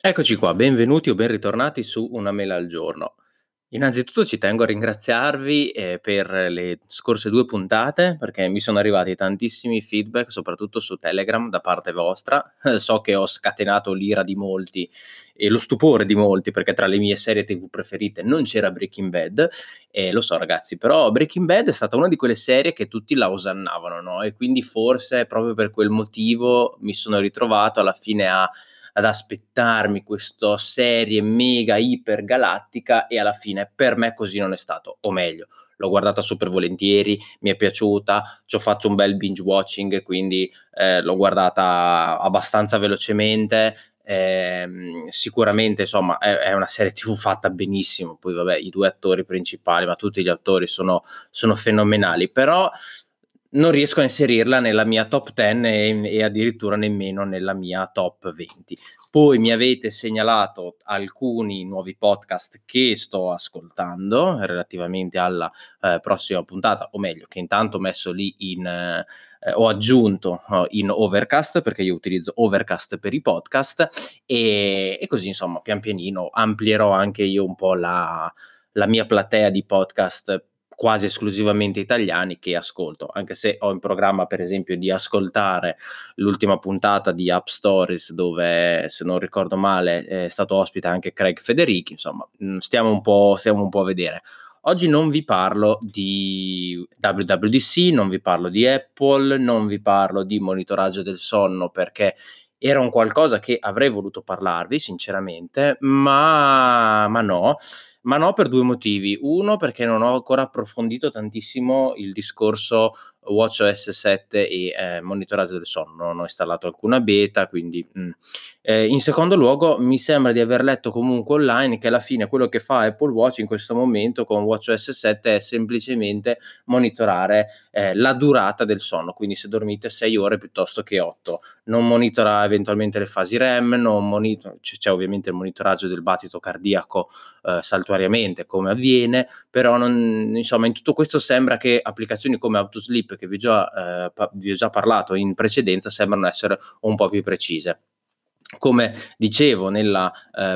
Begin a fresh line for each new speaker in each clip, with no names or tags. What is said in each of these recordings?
Eccoci qua, benvenuti o ben ritornati su Una mela al giorno. Innanzitutto ci tengo a ringraziarvi, per le scorse 2 puntate, perché mi sono arrivati tantissimi feedback, soprattutto su Telegram da parte vostra. So che ho scatenato l'ira di molti e lo stupore di molti, perché tra le mie serie TV preferite non c'era Breaking Bad, e lo so ragazzi, però Breaking Bad è stata una di quelle serie che tutti la osannavano, no, e quindi forse proprio per quel motivo mi sono ritrovato alla fine ad aspettarmi questa serie mega iper galattica e alla fine per me così non è stato, o meglio, l'ho guardata super volentieri, mi è piaciuta, ci ho fatto un bel binge watching, quindi l'ho guardata abbastanza velocemente. Sicuramente insomma è una serie TV fatta benissimo, poi vabbè i due attori principali, ma tutti gli attori sono fenomenali, però non riesco a inserirla nella mia top 10 e addirittura nemmeno nella mia top 20. Poi mi avete segnalato alcuni nuovi podcast che sto ascoltando relativamente alla prossima puntata, o meglio, che intanto ho messo lì ho aggiunto in Overcast, perché io utilizzo Overcast per i podcast, e così insomma pian pianino amplierò anche io un po' la mia platea di podcast quasi esclusivamente italiani che ascolto, anche se ho in programma per esempio di ascoltare l'ultima puntata di App Stories dove, se non ricordo male, è stato ospite anche Craig Federighi, insomma, stiamo un po' a vedere. Oggi non vi parlo di WWDC, non vi parlo di Apple, non vi parlo di monitoraggio del sonno perché era un qualcosa che avrei voluto parlarvi sinceramente, ma no per 2 motivi. Uno, perché non ho ancora approfondito tantissimo il discorso WatchOS 7 e monitoraggio del sonno, non ho installato alcuna beta, quindi in secondo luogo mi sembra di aver letto comunque online che alla fine quello che fa Apple Watch in questo momento con WatchOS 7 è semplicemente monitorare la durata del sonno, quindi se dormite 6 ore piuttosto che 8. Non monitora eventualmente le fasi REM, non monitora, c'è ovviamente il monitoraggio del battito cardiaco saltuariamente come avviene, però insomma in tutto questo sembra che applicazioni come Autosleep, che vi ho già parlato in precedenza, sembrano essere un po' più precise. Come dicevo nella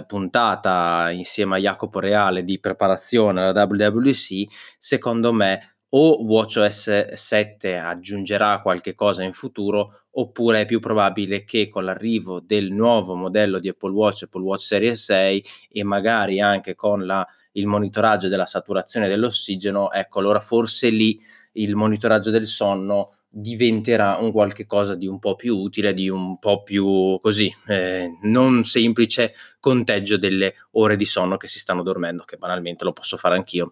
puntata insieme a Jacopo Reale di preparazione alla WWDC, secondo me o WatchOS 7 aggiungerà qualche cosa in futuro, oppure è più probabile che con l'arrivo del nuovo modello di Apple Watch Series 6 e magari anche con il monitoraggio della saturazione dell'ossigeno, ecco, allora forse lì il monitoraggio del sonno diventerà un qualche cosa di un po' più utile, di un po' più così, non semplice conteggio delle ore di sonno che si stanno dormendo, che banalmente lo posso fare anch'io,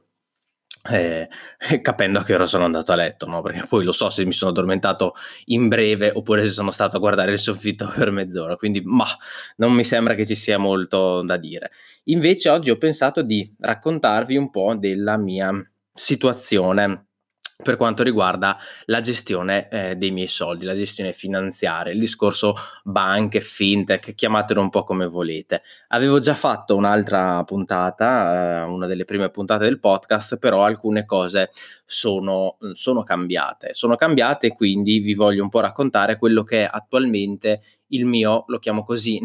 eh, capendo a che ora sono andato a letto, no? Perché poi lo so se mi sono addormentato in breve oppure se sono stato a guardare il soffitto per mezz'ora, quindi non mi sembra che ci sia molto da dire. Invece oggi ho pensato di raccontarvi un po' della mia situazione per quanto riguarda la gestione dei miei soldi, la gestione finanziaria, il discorso banche, fintech, chiamatelo un po' come volete. Avevo già fatto un'altra puntata, una delle prime puntate del podcast, però alcune cose sono cambiate. Sono cambiate e quindi vi voglio un po' raccontare quello che è attualmente il mio, lo chiamo così,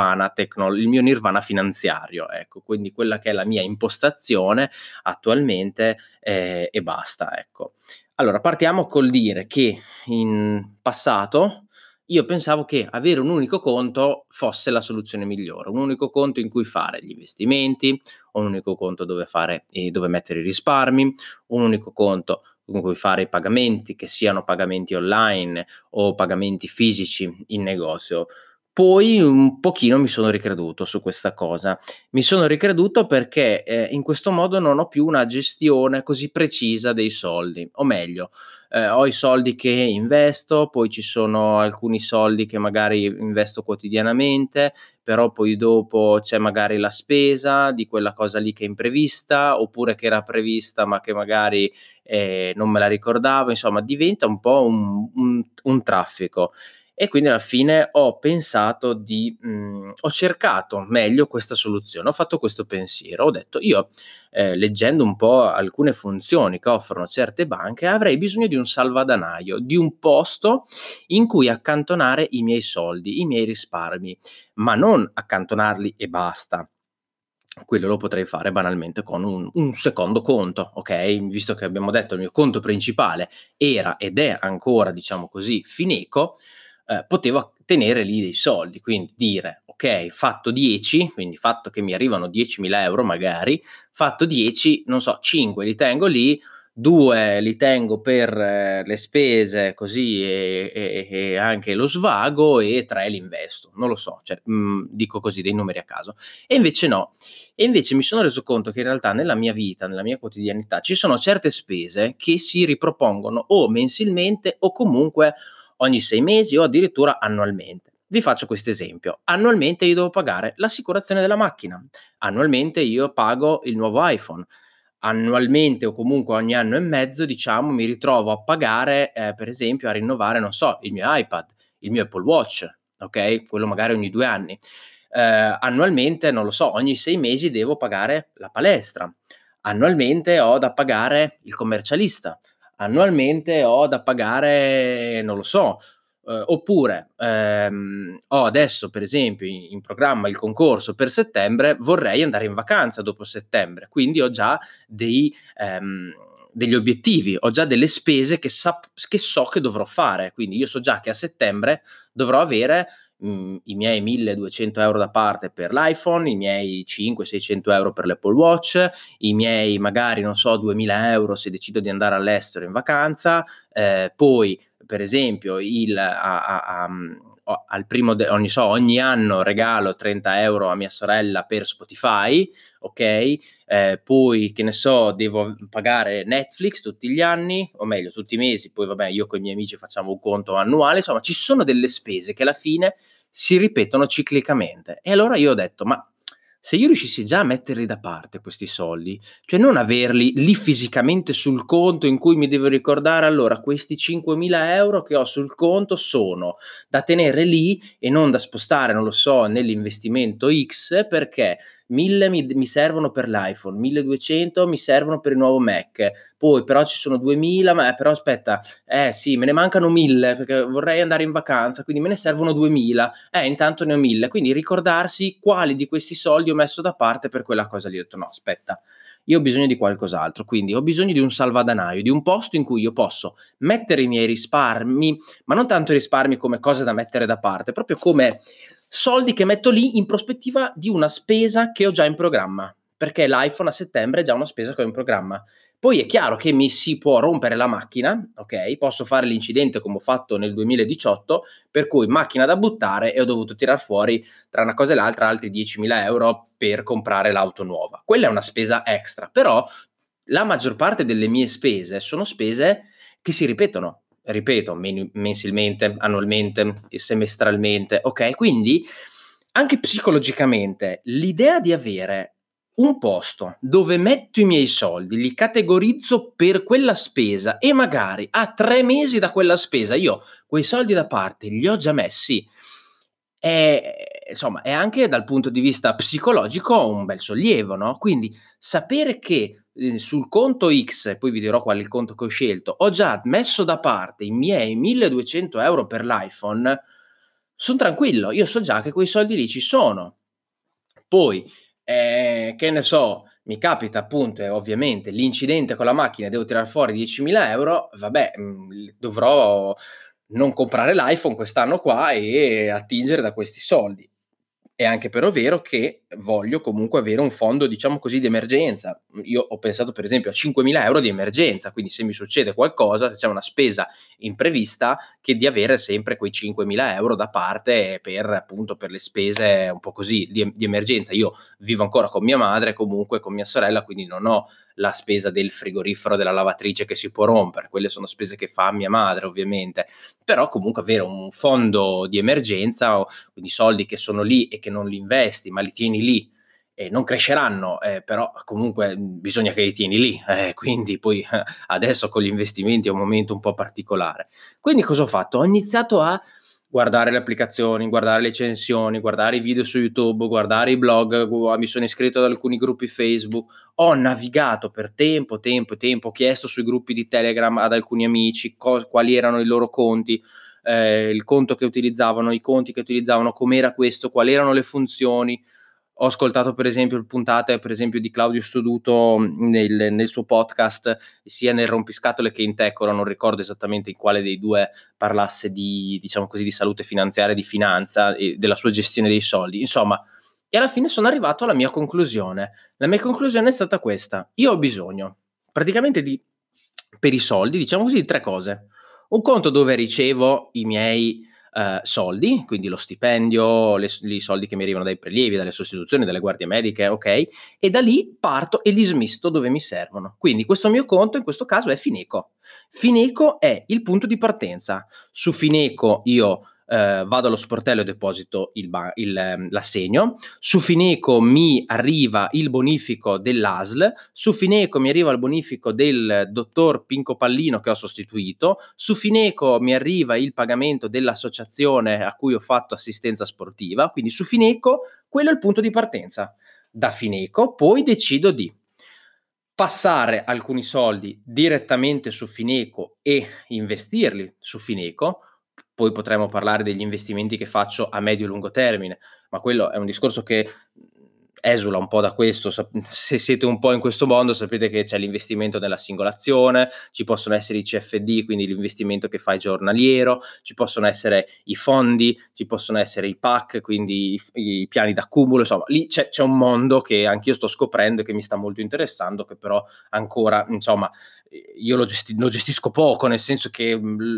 il mio nirvana finanziario, ecco, quindi quella che è la mia impostazione attualmente, e basta, ecco. Allora, partiamo col dire che in passato io pensavo che avere un unico conto fosse la soluzione migliore, un unico conto in cui fare gli investimenti, un unico conto dove fare e dove mettere i risparmi, un unico conto con cui fare i pagamenti, che siano pagamenti online o pagamenti fisici in negozio. Poi un pochino mi sono ricreduto su questa cosa. Mi sono ricreduto perché, in questo modo non ho più una gestione così precisa dei soldi, o meglio, ho i soldi che investo, poi ci sono alcuni soldi che magari investo quotidianamente, però poi dopo c'è magari la spesa di quella cosa lì che è imprevista, oppure che era prevista ma che magari, non me la ricordavo, insomma diventa un po' un traffico. E quindi alla fine ho pensato ho cercato meglio questa soluzione, ho fatto questo pensiero, ho detto: "Io, leggendo un po' alcune funzioni che offrono certe banche, avrei bisogno di un salvadanaio, di un posto in cui accantonare i miei soldi, i miei risparmi, ma non accantonarli e basta. Quello lo potrei fare banalmente con un secondo conto, okay, visto che abbiamo detto il mio conto principale era ed è ancora, diciamo così, Fineco, potevo tenere lì dei soldi, quindi dire: "Okay, fatto 10, quindi fatto che mi arrivano 10.000 € magari, fatto 10, non so, 5 li tengo lì, 2 li tengo per le spese così e anche lo svago e 3 li investo." Non lo so, cioè, dico così dei numeri a caso. E invece no. E invece mi sono reso conto che in realtà nella mia vita, nella mia quotidianità, ci sono certe spese che si ripropongono o mensilmente o comunque ogni 6 mesi o addirittura annualmente. Vi faccio questo esempio: annualmente io devo pagare l'assicurazione della macchina, annualmente io pago il nuovo iPhone, annualmente o comunque ogni anno e mezzo, diciamo, mi ritrovo a pagare, per esempio a rinnovare, non so, il mio iPad, il mio Apple Watch, okay, quello magari ogni 2 anni. Annualmente, non lo so, ogni 6 mesi devo pagare la palestra, annualmente ho da pagare il commercialista, annualmente ho da pagare, non lo so, oppure, ho adesso per esempio in programma il concorso per settembre, vorrei andare in vacanza dopo settembre, quindi ho già degli obiettivi, ho già delle spese che so che dovrò fare. Quindi io so già che a settembre dovrò avere, i miei 1.200 € da parte per l'iPhone, i miei 500, 600 € per l'Apple Watch, i miei magari, non so, 2000 € se decido di andare all'estero in vacanza, poi per esempio al primo ogni anno regalo 30 € a mia sorella per Spotify, okay, poi che ne so, devo pagare Netflix tutti gli anni, o meglio tutti i mesi, poi vabbè io coi miei amici facciamo un conto annuale, insomma ci sono delle spese che alla fine si ripetono ciclicamente. E allora io ho detto: "Ma se io riuscissi già a metterli da parte questi soldi, cioè non averli lì fisicamente sul conto in cui mi devo ricordare: allora questi 5.000 € che ho sul conto sono da tenere lì e non da spostare, non lo so, nell'investimento X perché 1000 mi servono per l'iPhone, 1200 mi servono per il nuovo Mac, poi però ci sono 2000, ma però aspetta, sì, me ne mancano 1000 perché vorrei andare in vacanza, quindi me ne servono 2000, intanto ne ho 1000". Quindi ricordarsi quali di questi soldi ho messo da parte per quella cosa lì. Ho detto: "No, aspetta, io ho bisogno di qualcos'altro". Quindi ho bisogno di un salvadanaio, di un posto in cui io posso mettere i miei risparmi, ma non tanto i risparmi come cose da mettere da parte, proprio come soldi che metto lì in prospettiva di una spesa che ho già in programma, perché l'iPhone a settembre è già una spesa che ho in programma. Poi è chiaro che mi si può rompere la macchina, okay, posso fare l'incidente come ho fatto nel 2018, per cui macchina da buttare e ho dovuto tirar fuori tra una cosa e l'altra altri 10.000 € per comprare l'auto nuova. Quella è una spesa extra, però la maggior parte delle mie spese sono spese che si ripetono, ripeto, mensilmente, annualmente, semestralmente, okay, quindi anche psicologicamente l'idea di avere un posto dove metto i miei soldi, li categorizzo per quella spesa e magari a 3 mesi da quella spesa io quei soldi da parte li ho già messi, ehm, insomma è anche dal punto di vista psicologico un bel sollievo, no, quindi sapere che, sul conto X, poi vi dirò qual è il conto che ho scelto, ho già messo da parte i miei 1.200 € per l'iPhone, son tranquillo, io so già che quei soldi lì ci sono. Poi, che ne so, mi capita appunto, ovviamente l'incidente con la macchina e devo tirar fuori 10.000 €, vabbè, dovrò non comprare l'iPhone quest'anno qua e attingere da questi soldi. È anche però vero che voglio comunque avere un fondo, diciamo così, di emergenza. Io ho pensato per esempio a 5.000 € di emergenza, quindi se mi succede qualcosa, se c'è una spesa imprevista, che di avere sempre quei 5.000 € da parte per appunto per le spese un po' così di emergenza. Io vivo ancora con mia madre, comunque con mia sorella, quindi non ho la spesa del frigorifero, della lavatrice che si può rompere, quelle sono spese che fa mia madre ovviamente, però comunque avere un fondo di emergenza, o quindi soldi che sono lì e che non li investi, ma li tieni lì e non cresceranno, però comunque, bisogna che li tieni lì, quindi poi adesso con gli investimenti è un momento un po' particolare. Quindi cosa ho fatto? Ho iniziato a guardare le applicazioni, guardare le recensioni, guardare i video su YouTube, guardare i blog, mi sono iscritto ad alcuni gruppi Facebook, ho navigato per tempo, ho chiesto sui gruppi di Telegram ad alcuni amici quali erano i loro conti, il conto che utilizzavano, i conti che utilizzavano, com'era questo, quali erano le funzioni. Ho ascoltato per esempio puntate per esempio di Claudio Stoduto nel suo podcast, sia nel Rompiscatole che in Tech, ora non ricordo esattamente in quale dei due parlasse di, diciamo così, di salute finanziaria, di finanza e della sua gestione dei soldi. Insomma, e alla fine sono arrivato alla mia conclusione. La mia conclusione è stata questa: io ho bisogno praticamente per i soldi, diciamo così, di tre cose. Un conto dove ricevo i miei soldi, quindi lo stipendio, i soldi che mi arrivano dai prelievi, dalle sostituzioni, dalle guardie mediche, ok? E da lì parto e li smisto dove mi servono. Quindi questo mio conto in questo caso è Fineco. Fineco è il punto di partenza. Su Fineco io vado allo sportello e deposito l'assegno. Su Fineco mi arriva il bonifico dell'ASL, su Fineco mi arriva il bonifico del dottor Pinco Pallino che ho sostituito, su Fineco mi arriva il pagamento dell'associazione a cui ho fatto assistenza sportiva, quindi su Fineco quello è il punto di partenza. Da Fineco poi decido di passare alcuni soldi direttamente su Fineco e investirli su Fineco. Poi potremo parlare degli investimenti che faccio a medio e lungo termine, ma quello è un discorso che esula un po' da questo. Se siete un po' in questo mondo sapete che c'è l'investimento nella singola azione, ci possono essere i CFD, quindi l'investimento che fai giornaliero, ci possono essere i fondi, ci possono essere i PAC, quindi i piani d'accumulo, insomma lì c'è un mondo che anch'io sto scoprendo e che mi sta molto interessando, che però ancora, insomma, io lo gestisco poco, nel senso che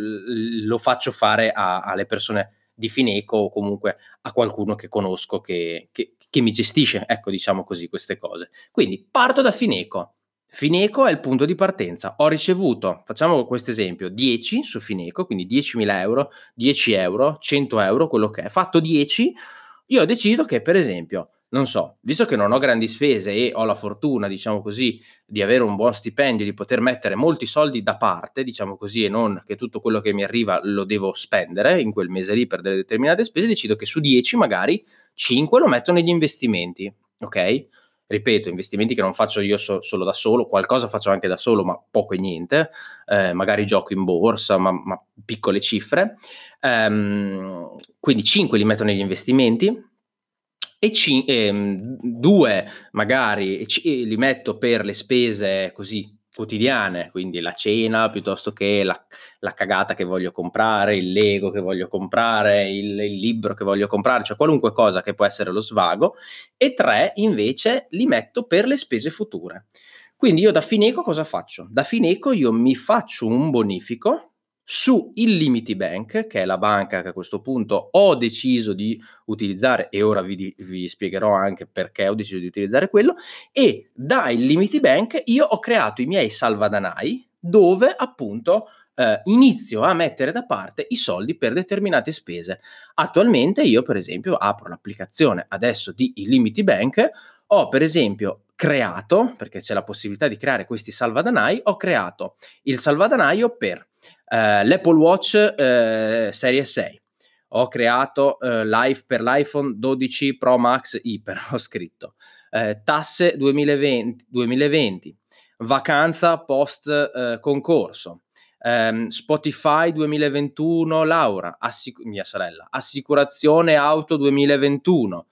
lo faccio fare alle persone di Fineco o comunque a qualcuno che conosco che mi gestisce, ecco, diciamo così, queste cose. Quindi parto da Fineco. Fineco è il punto di partenza. Ho ricevuto, facciamo questo esempio, 10 su Fineco, quindi 10.000 euro, 10 euro, 100 euro, quello che è. Fatto 10, io ho deciso che, per esempio, non so, visto che non ho grandi spese e ho la fortuna, diciamo così, di avere un buon stipendio, di poter mettere molti soldi da parte, diciamo così, e non che tutto quello che mi arriva lo devo spendere in quel mese lì per delle determinate spese, decido che su 10 magari 5 lo metto negli investimenti, ok? Ripeto, investimenti che non faccio io solo da solo, qualcosa faccio anche da solo, ma poco e niente, magari gioco in borsa, ma piccole cifre. Quindi 5 li metto negli investimenti e 2 magari li metto per le spese così quotidiane, quindi la cena piuttosto che la cagata che voglio comprare, il Lego che voglio comprare, il libro che voglio comprare, cioè qualunque cosa che può essere lo svago, e 3 invece li metto per le spese future. Quindi io da Fineco cosa faccio? Da Fineco io mi faccio un bonifico su Illimity Bank, che è la banca che a questo punto ho deciso di utilizzare, e ora vi spiegherò anche perché ho deciso di utilizzare quello, e da Illimity Bank io ho creato i miei salvadanai dove appunto inizio a mettere da parte i soldi per determinate spese. Attualmente io per esempio apro l'applicazione adesso di Illimity Bank, ho per esempio creato, perché c'è la possibilità di creare questi salvadanai, ho creato il salvadanaio per l'Apple Watch Serie 6. Ho creato per l'iPhone 12 Pro Max Hyper, ho scritto tasse 2020, vacanza post concorso, Spotify 2021 Laura, mia sorella, assicurazione auto 2021,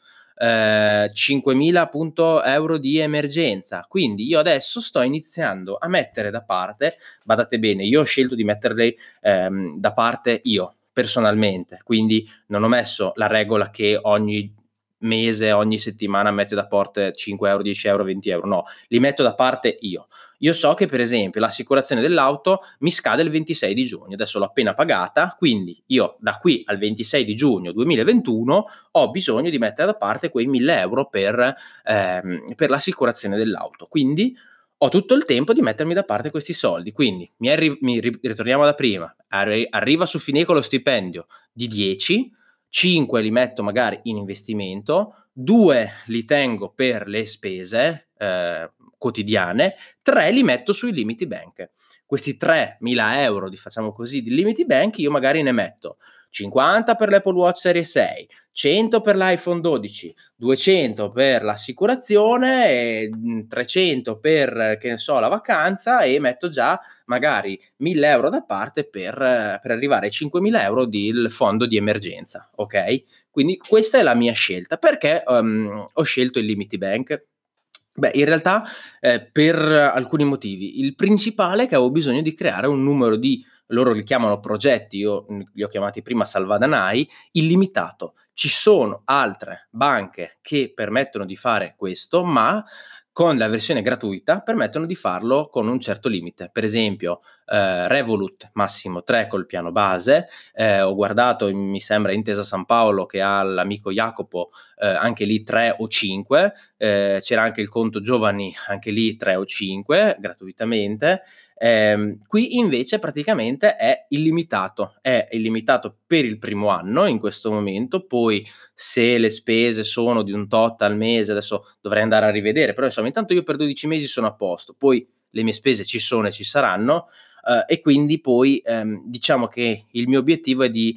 5.000 appunto euro di emergenza. Quindi io adesso sto iniziando a mettere da parte, badate bene, io ho scelto di metterle da parte io personalmente, quindi non ho messo la regola che ogni mese, ogni settimana metto da parte 5 euro, 10 euro, 20 euro, no, li metto da parte io. Io so che per esempio l'assicurazione dell'auto mi scade il 26 di giugno, adesso l'ho appena pagata, quindi io da qui al 26 di giugno 2021 ho bisogno di mettere da parte quei 1.000 euro per l'assicurazione dell'auto, quindi ho tutto il tempo di mettermi da parte questi soldi. Quindi ritorniamo da prima, arriva su Fineco lo stipendio di 10, 5 li metto magari in investimento, 2 li tengo per le spese quotidiane, 3 li metto sui Illimity Bank. Questi 3.000 euro, facciamo così, di Illimity Bank, io magari ne metto 50 per l'Apple Watch Serie 6, 100 per l'iPhone 12, 200 per l'assicurazione e 300 per, che ne so, la vacanza, e metto già magari 1.000 euro da parte per arrivare ai 5.000 euro del fondo di emergenza, ok? Quindi questa è la mia scelta. Perché ho scelto il Limity Bank? Beh, in realtà per alcuni motivi. Il principale è che avevo bisogno di creare un numero di, loro li chiamano progetti, io li ho chiamati prima salvadanai, illimitato. Ci sono altre banche che permettono di fare questo, ma con la versione gratuita permettono di farlo con un certo limite. Per esempio, Revolut massimo 3 col piano base, ho guardato, mi sembra Intesa Sanpaolo che ha l'amico Jacopo, anche lì 3 o 5, c'era anche il conto giovani, anche lì 3 o 5 gratuitamente. Qui invece praticamente è illimitato per il primo anno in questo momento, poi se le spese sono di un tot al mese, adesso dovrei andare a rivedere, però insomma intanto io per 12 mesi sono a posto, poi le mie spese ci sono e ci saranno, e quindi poi diciamo che il mio obiettivo è di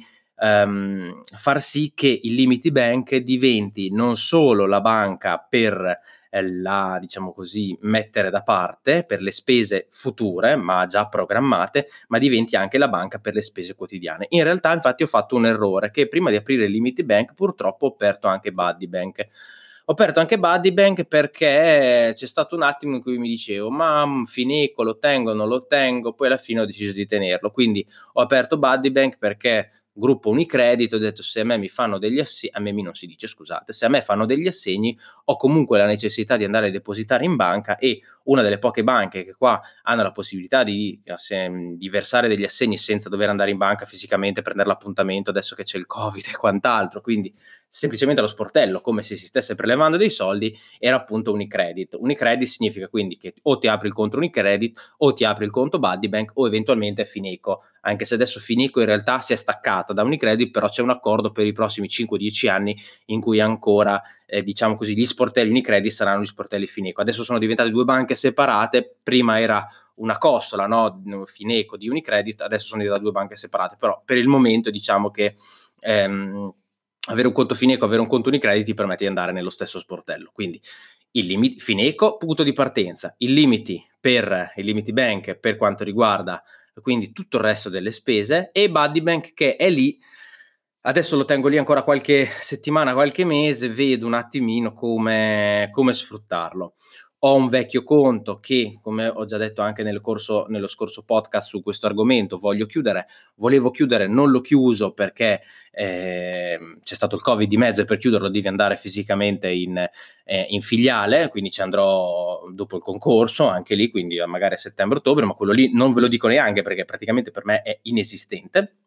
far sì che il Limity Bank diventi non solo la banca per la, diciamo così, mettere da parte per le spese future, ma già programmate, ma diventi anche la banca per le spese quotidiane. In realtà, infatti, ho fatto un errore, che prima di aprire il Limity Bank, purtroppo ho aperto anche Buddy Bank. Ho aperto anche Buddy Bank perché c'è stato un attimo in cui mi dicevo: ma Fineco lo tengo, non lo tengo, poi alla fine ho deciso di tenerlo. Quindi ho aperto Buddy Bank perché gruppo Unicredit, ho detto se a me mi fanno degli assegni, a me mi non si dice scusate, se a me fanno degli assegni ho comunque la necessità di andare a depositare in banca, e una delle poche banche che qua hanno la possibilità di versare degli assegni senza dover andare in banca fisicamente, prendere l'appuntamento adesso che c'è il Covid e quant'altro, quindi semplicemente allo sportello, come se si stesse prelevando dei soldi, era appunto Unicredit. Unicredit significa quindi che o ti apri il conto Unicredit o ti apri il conto Buddy Bank o eventualmente Fineco, anche se adesso Fineco in realtà si è staccata da Unicredit, però c'è un accordo per i prossimi 5-10 anni in cui ancora, diciamo così, gli sportelli Unicredit saranno gli sportelli Fineco. Adesso sono diventate due banche separate, prima era una costola, no? Fineco di Unicredit, adesso sono diventate due banche separate, però per il momento diciamo che avere un conto Fineco, avere un conto Unicredit ti permette di andare nello stesso sportello. Quindi il limite Fineco, punto di partenza, il limiti per il Limity Bank per quanto riguarda quindi tutto il resto delle spese, e Buddy Bank che è lì, adesso lo tengo lì ancora qualche settimana, qualche mese, vedo un attimino come sfruttarlo. Ho un vecchio conto che, come ho già detto anche nello scorso podcast su questo argomento, volevo chiudere, non l'ho chiuso perché c'è stato il Covid di mezzo, e per chiuderlo devi andare fisicamente in filiale, quindi ci andrò dopo il concorso, anche lì, quindi magari a settembre-ottobre, ma quello lì non ve lo dico neanche perché praticamente per me è inesistente.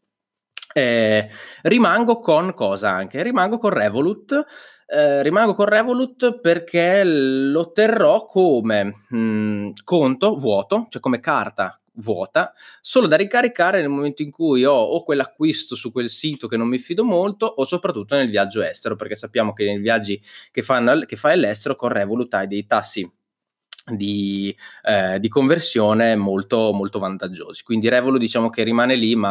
Rimango con cosa anche? Rimango con Revolut perché lo terrò come conto vuoto, cioè come carta vuota, solo da ricaricare nel momento in cui ho o quell'acquisto su quel sito che non mi fido molto, o soprattutto nel viaggio estero, perché sappiamo che nei viaggi che fai all'estero con Revolut hai dei tassi di conversione molto, molto vantaggiosi. Quindi Revolut diciamo che rimane lì, ma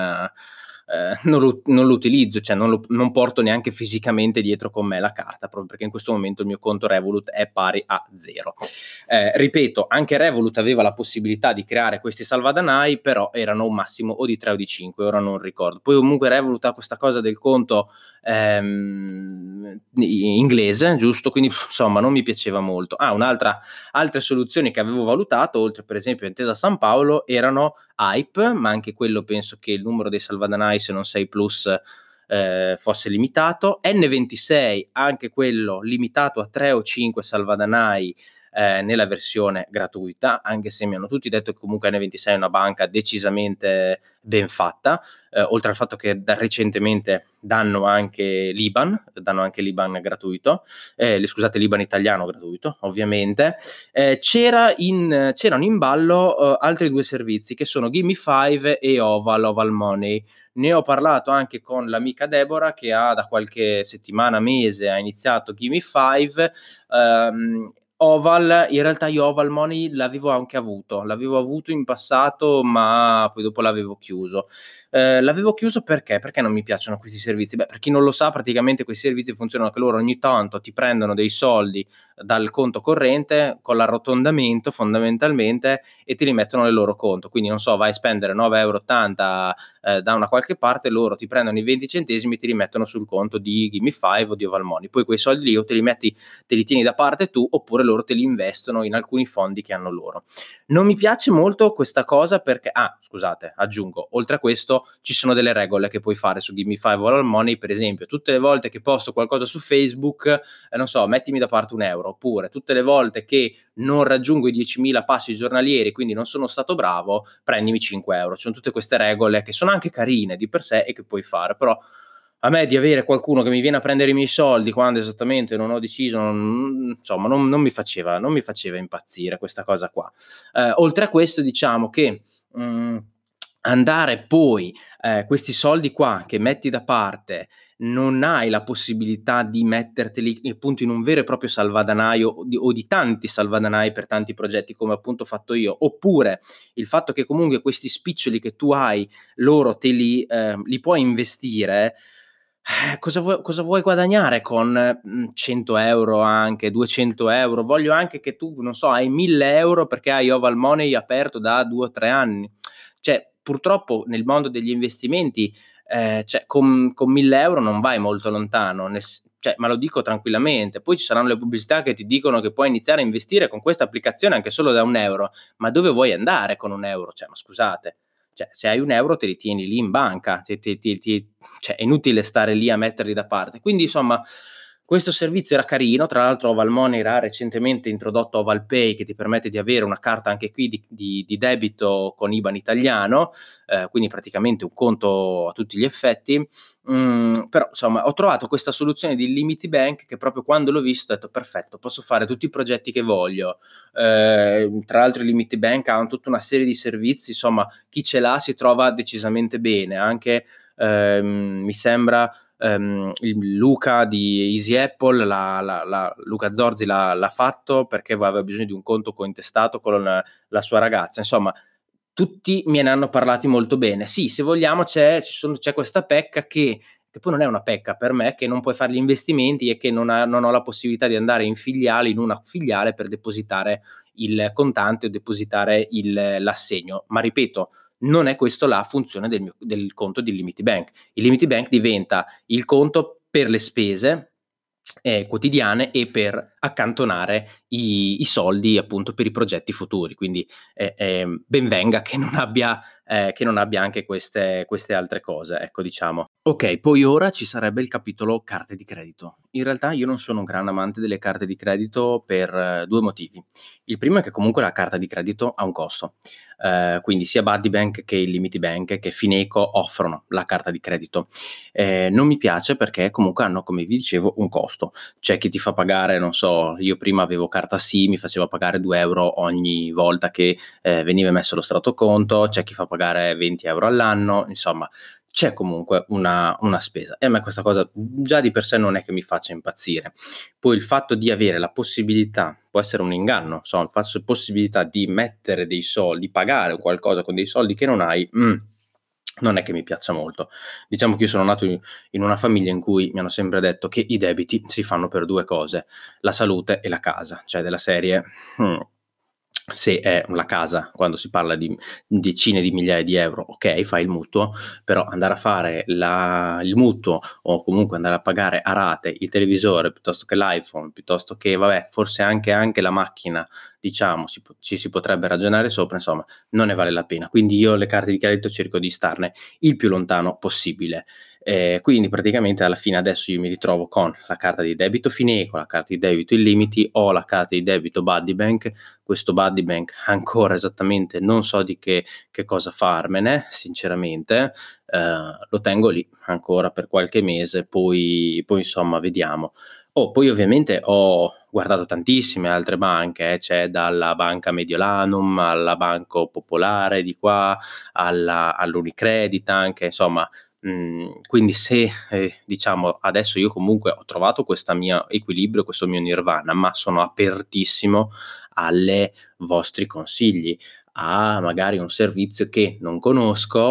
non lo utilizzo, cioè non porto neanche fisicamente dietro con me la carta, proprio perché in questo momento il mio conto Revolut è pari a 0. Ripeto, anche Revolut aveva la possibilità di creare questi salvadanai, però erano un massimo o di 3 o di 5, ora non ricordo. Poi comunque Revolut ha questa cosa del conto inglese, giusto? Quindi insomma non mi piaceva molto. Altre soluzioni che avevo valutato, oltre per esempio a Intesa Sanpaolo, erano Hype, ma anche quello penso che il numero dei salvadanai, se non 6 plus, fosse limitato. N26, anche quello limitato a 3 o 5 salvadanai nella versione gratuita, anche se mi hanno tutti detto che comunque N26 è una banca decisamente ben fatta, oltre al fatto che recentemente danno anche l'Iban gratuito, scusate, l'Iban italiano gratuito, ovviamente. C'erano in ballo altri due servizi che sono Gimme5 e Oval Money. Ne ho parlato anche con l'amica Deborah che da qualche settimana, mese ha iniziato Gimme5. Oval, in realtà io Oval Money l'avevo avuto in passato, ma poi dopo l'avevo chiuso. L'avevo chiuso perché? Perché non mi piacciono questi servizi? Beh, per chi non lo sa, praticamente questi servizi funzionano che loro ogni tanto ti prendono dei soldi dal conto corrente con l'arrotondamento fondamentalmente e ti rimettono nel loro conto. Quindi non so, vai a spendere 9,80 € da una qualche parte, loro ti prendono i 20 centesimi e ti rimettono sul conto di Gimme5 o di Ovalmoney. Poi quei soldi lì o te li metti, te li tieni da parte tu, oppure loro te li investono in alcuni fondi che hanno loro. Non mi piace molto questa cosa perché scusate, aggiungo, oltre a questo ci sono delle regole che puoi fare su Gimme5 o Ovalmoney, per esempio tutte le volte che posto qualcosa su Facebook, non so, mettimi da parte 1 euro, oppure tutte le volte che non raggiungo i 10.000 passi giornalieri, quindi non sono stato bravo, prendimi 5 euro. Ci sono tutte queste regole che sono anche carine di per sé e che puoi fare, però a me di avere qualcuno che mi viene a prendere i miei soldi quando esattamente non ho deciso, insomma, non mi faceva impazzire questa cosa qua. Oltre a questo, diciamo che andare poi, questi soldi qua che metti da parte, non hai la possibilità di metterteli appunto in un vero e proprio salvadanaio o di tanti salvadanai per tanti progetti come appunto ho fatto io, oppure il fatto che comunque questi spiccioli che tu hai loro te li puoi investire, cosa vuoi guadagnare con, 100 € anche, 200 €? Voglio anche che tu, non so, hai 1000 € perché hai Ovalmoney aperto da 2 o 3 anni. Cioè, purtroppo nel mondo degli investimenti, cioè con 1000 € non vai molto lontano, ma lo dico tranquillamente. Poi ci saranno le pubblicità che ti dicono che puoi iniziare a investire con questa applicazione anche solo da 1 €, ma dove vuoi andare con 1 €? Cioè, ma scusate, cioè se hai 1 € te li tieni lì in banca, cioè è inutile stare lì a metterli da parte. Quindi insomma questo servizio era carino, tra l'altro Ovalmoney ha recentemente introdotto Ovalpay che ti permette di avere una carta anche qui di debito con IBAN italiano, quindi praticamente un conto a tutti gli effetti. Però insomma ho trovato questa soluzione di Illimity Bank che proprio quando l'ho visto ho detto: "Perfetto, posso fare tutti i progetti che voglio". Tra l'altro Illimity Bank ha tutta una serie di servizi, insomma chi ce l'ha si trova decisamente bene, anche mi sembra il Luca di Easy Apple, Luca Zorzi l'ha fatto perché aveva bisogno di un conto cointestato con la sua ragazza. Insomma, tutti me ne hanno parlati molto bene. Sì, se vogliamo c'è questa pecca che poi non è una pecca per me, che non puoi fare gli investimenti e che non ho la possibilità di andare in una filiale per depositare il contante o depositare l'assegno. Ma ripeto, non è questo la funzione del conto di Illimity Bank. Illimity Bank diventa il conto per le spese quotidiane e per accantonare i soldi appunto per i progetti futuri. Quindi ben venga che non abbia anche queste altre cose, ecco, diciamo. Ok, poi ora ci sarebbe il capitolo carte di credito. In realtà io non sono un gran amante delle carte di credito per due motivi. Il primo è che comunque la carta di credito ha un costo. Quindi sia Buddybank che Illimity Bank che Fineco offrono la carta di credito. Non mi piace perché comunque hanno, come vi dicevo, un costo. C'è chi ti fa pagare, non so, io prima avevo carta sì, mi faceva pagare 2 € ogni volta che veniva emesso lo strato conto, c'è chi fa pagare 20 € all'anno, insomma c'è comunque una spesa e a me questa cosa già di per sé non è che mi faccia impazzire. Poi il fatto di avere la possibilità, può essere un inganno, insomma, il fatto possibilità di mettere dei soldi, pagare qualcosa con dei soldi che non hai, non è che mi piaccia molto. Diciamo che io sono nato in una famiglia in cui mi hanno sempre detto che i debiti si fanno per 2 cose: la salute e la casa. Cioè della serie, se è la casa, quando si parla di decine di migliaia di euro, okay, fai il mutuo, però andare a fare il mutuo o comunque andare a pagare a rate il televisore, piuttosto che l'iPhone, piuttosto che vabbè, forse anche la macchina, diciamo, ci si potrebbe ragionare sopra, insomma, non ne vale la pena. Quindi io le carte di credito cerco di starne il più lontano possibile. Quindi praticamente alla fine adesso io mi ritrovo con la carta di debito Fineco, la carta di debito Illimity o la carta di debito Buddybank. Questo Buddybank ancora esattamente non so di che cosa farmene, sinceramente. Lo tengo lì ancora per qualche mese, poi insomma vediamo. Poi ovviamente ho guardato tantissime altre banche, c'è dalla Banca Mediolanum alla Banco Popolare di qua, all'Unicredit anche, insomma. Quindi se, diciamo adesso io comunque ho trovato questa mia equilibrio, questo mio nirvana, ma sono apertissimo alle vostri consigli, a magari un servizio che non conosco,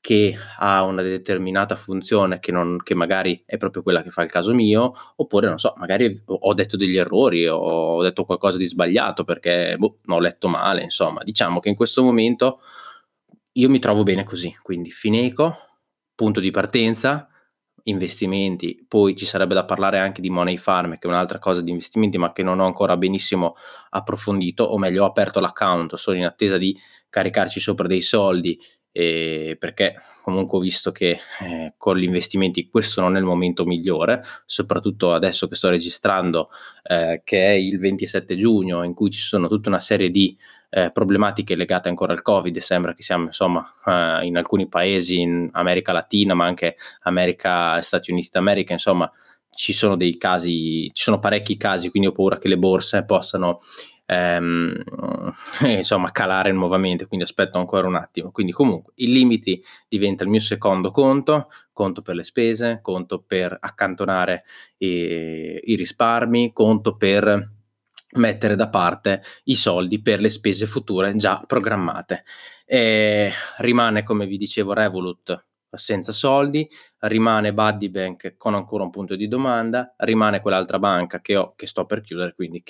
che ha una determinata funzione che magari è proprio quella che fa il caso mio, oppure non so, magari ho detto degli errori, ho detto qualcosa di sbagliato perché, boh, ho letto male, insomma. Diciamo che in questo momento io mi trovo bene così, quindi Fineco, punto di partenza, investimenti, poi ci sarebbe da parlare anche di Money Farm, che è un'altra cosa di investimenti, ma che non ho ancora benissimo approfondito, o meglio ho aperto l'account, sono in attesa di caricarci sopra dei soldi, perché comunque ho visto che, con gli investimenti questo non è il momento migliore, soprattutto adesso che sto registrando, che è il 27 giugno, in cui ci sono tutta una serie di problematiche legate ancora al Covid. Sembra che siamo insomma in alcuni paesi in America Latina, ma anche America, Stati Uniti d'America, insomma ci sono dei casi, ci sono parecchi casi, quindi ho paura che le borse possano ehm, insomma calare nuovamente, quindi aspetto ancora un attimo. Quindi comunque il limiti diventa il mio secondo conto, conto per le spese, conto per accantonare i risparmi, conto per mettere da parte i soldi per le spese future già programmate. Rimane, come vi dicevo, Revolut senza soldi, rimane Buddybank con ancora un punto di domanda, rimane quell'altra banca che ho, che sto per chiudere, quindi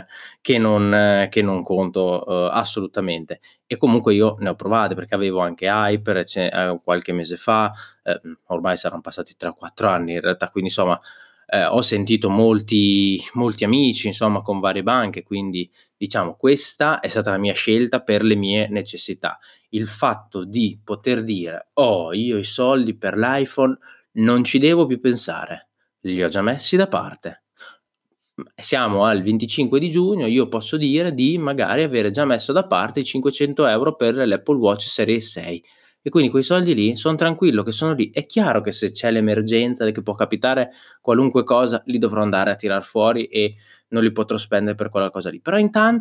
che non conto assolutamente. E comunque io ne ho provate perché avevo anche Hyper qualche mese fa, ormai saranno passati 3 o 4 anni in realtà, quindi insomma ho sentito molti amici, insomma, con varie banche, quindi diciamo questa è stata la mia scelta per le mie necessità. Il fatto di poter dire: "Oh, io i soldi per l'iPhone non ci devo più pensare, li ho già messi da parte". Siamo al 25 di giugno, io posso dire di magari avere già messo da parte i 500 € per l'Apple Watch Series 6 e quindi quei soldi lì son tranquillo che sono lì. È chiaro che se c'è l'emergenza, che può capitare qualunque cosa, li dovrò andare a tirar fuori e non li potrò spendere per quella cosa lì, però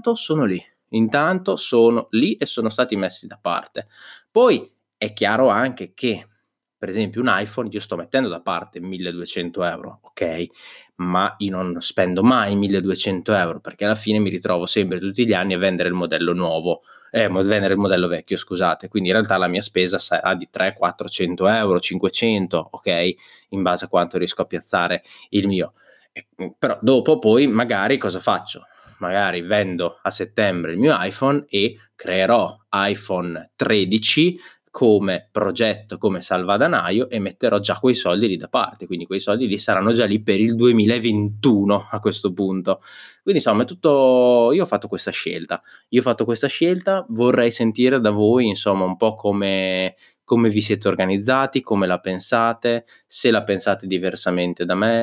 intanto sono lì e sono stati messi da parte. Poi è chiaro anche che, per esempio, un iPhone io sto mettendo da parte 1.200 €, okay, ma io non spendo mai 1.200 € perché alla fine mi ritrovo sempre tutti gli anni a vendere il modello nuovo, vendere il modello vecchio, scusate. Quindi in realtà la mia spesa sarà di 300, 400 €, 500, okay, in base a quanto riesco a piazzare il mio. Però dopo poi magari cosa faccio? Magari vendo a settembre il mio iPhone e creerò iPhone 13 come progetto, come salvadanaio e metterò già quei soldi lì da parte, quindi quei soldi lì saranno già lì per il 2021 a questo punto. Quindi insomma è tutto, io ho fatto questa scelta, vorrei sentire da voi insomma un po' come vi siete organizzati, come la pensate, se la pensate diversamente da me,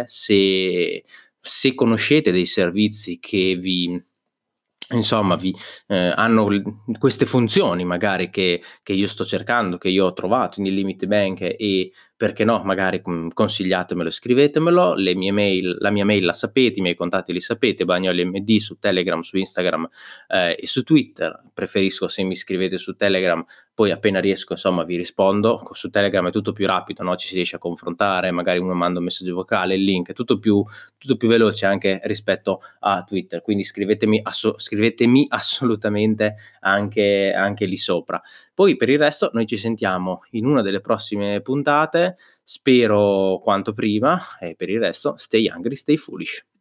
se conoscete dei servizi che vi insomma vi hanno queste funzioni magari che io sto cercando, che io ho trovato in Illimity Bank e perché no, magari, consigliatemelo e scrivetemelo. Le mie mail La mia mail la sapete, i miei contatti li sapete, Bagnoli MD su Telegram, su Instagram, e su Twitter. Preferisco se mi scrivete su Telegram, poi appena riesco insomma vi rispondo. Su Telegram è tutto più rapido, no, ci si riesce a confrontare, magari uno manda un messaggio vocale, il link, è tutto più veloce anche rispetto a Twitter, quindi scrivetemi assolutamente anche lì sopra. Poi per il resto noi ci sentiamo in una delle prossime puntate, spero quanto prima, e per il resto stay hungry, stay foolish.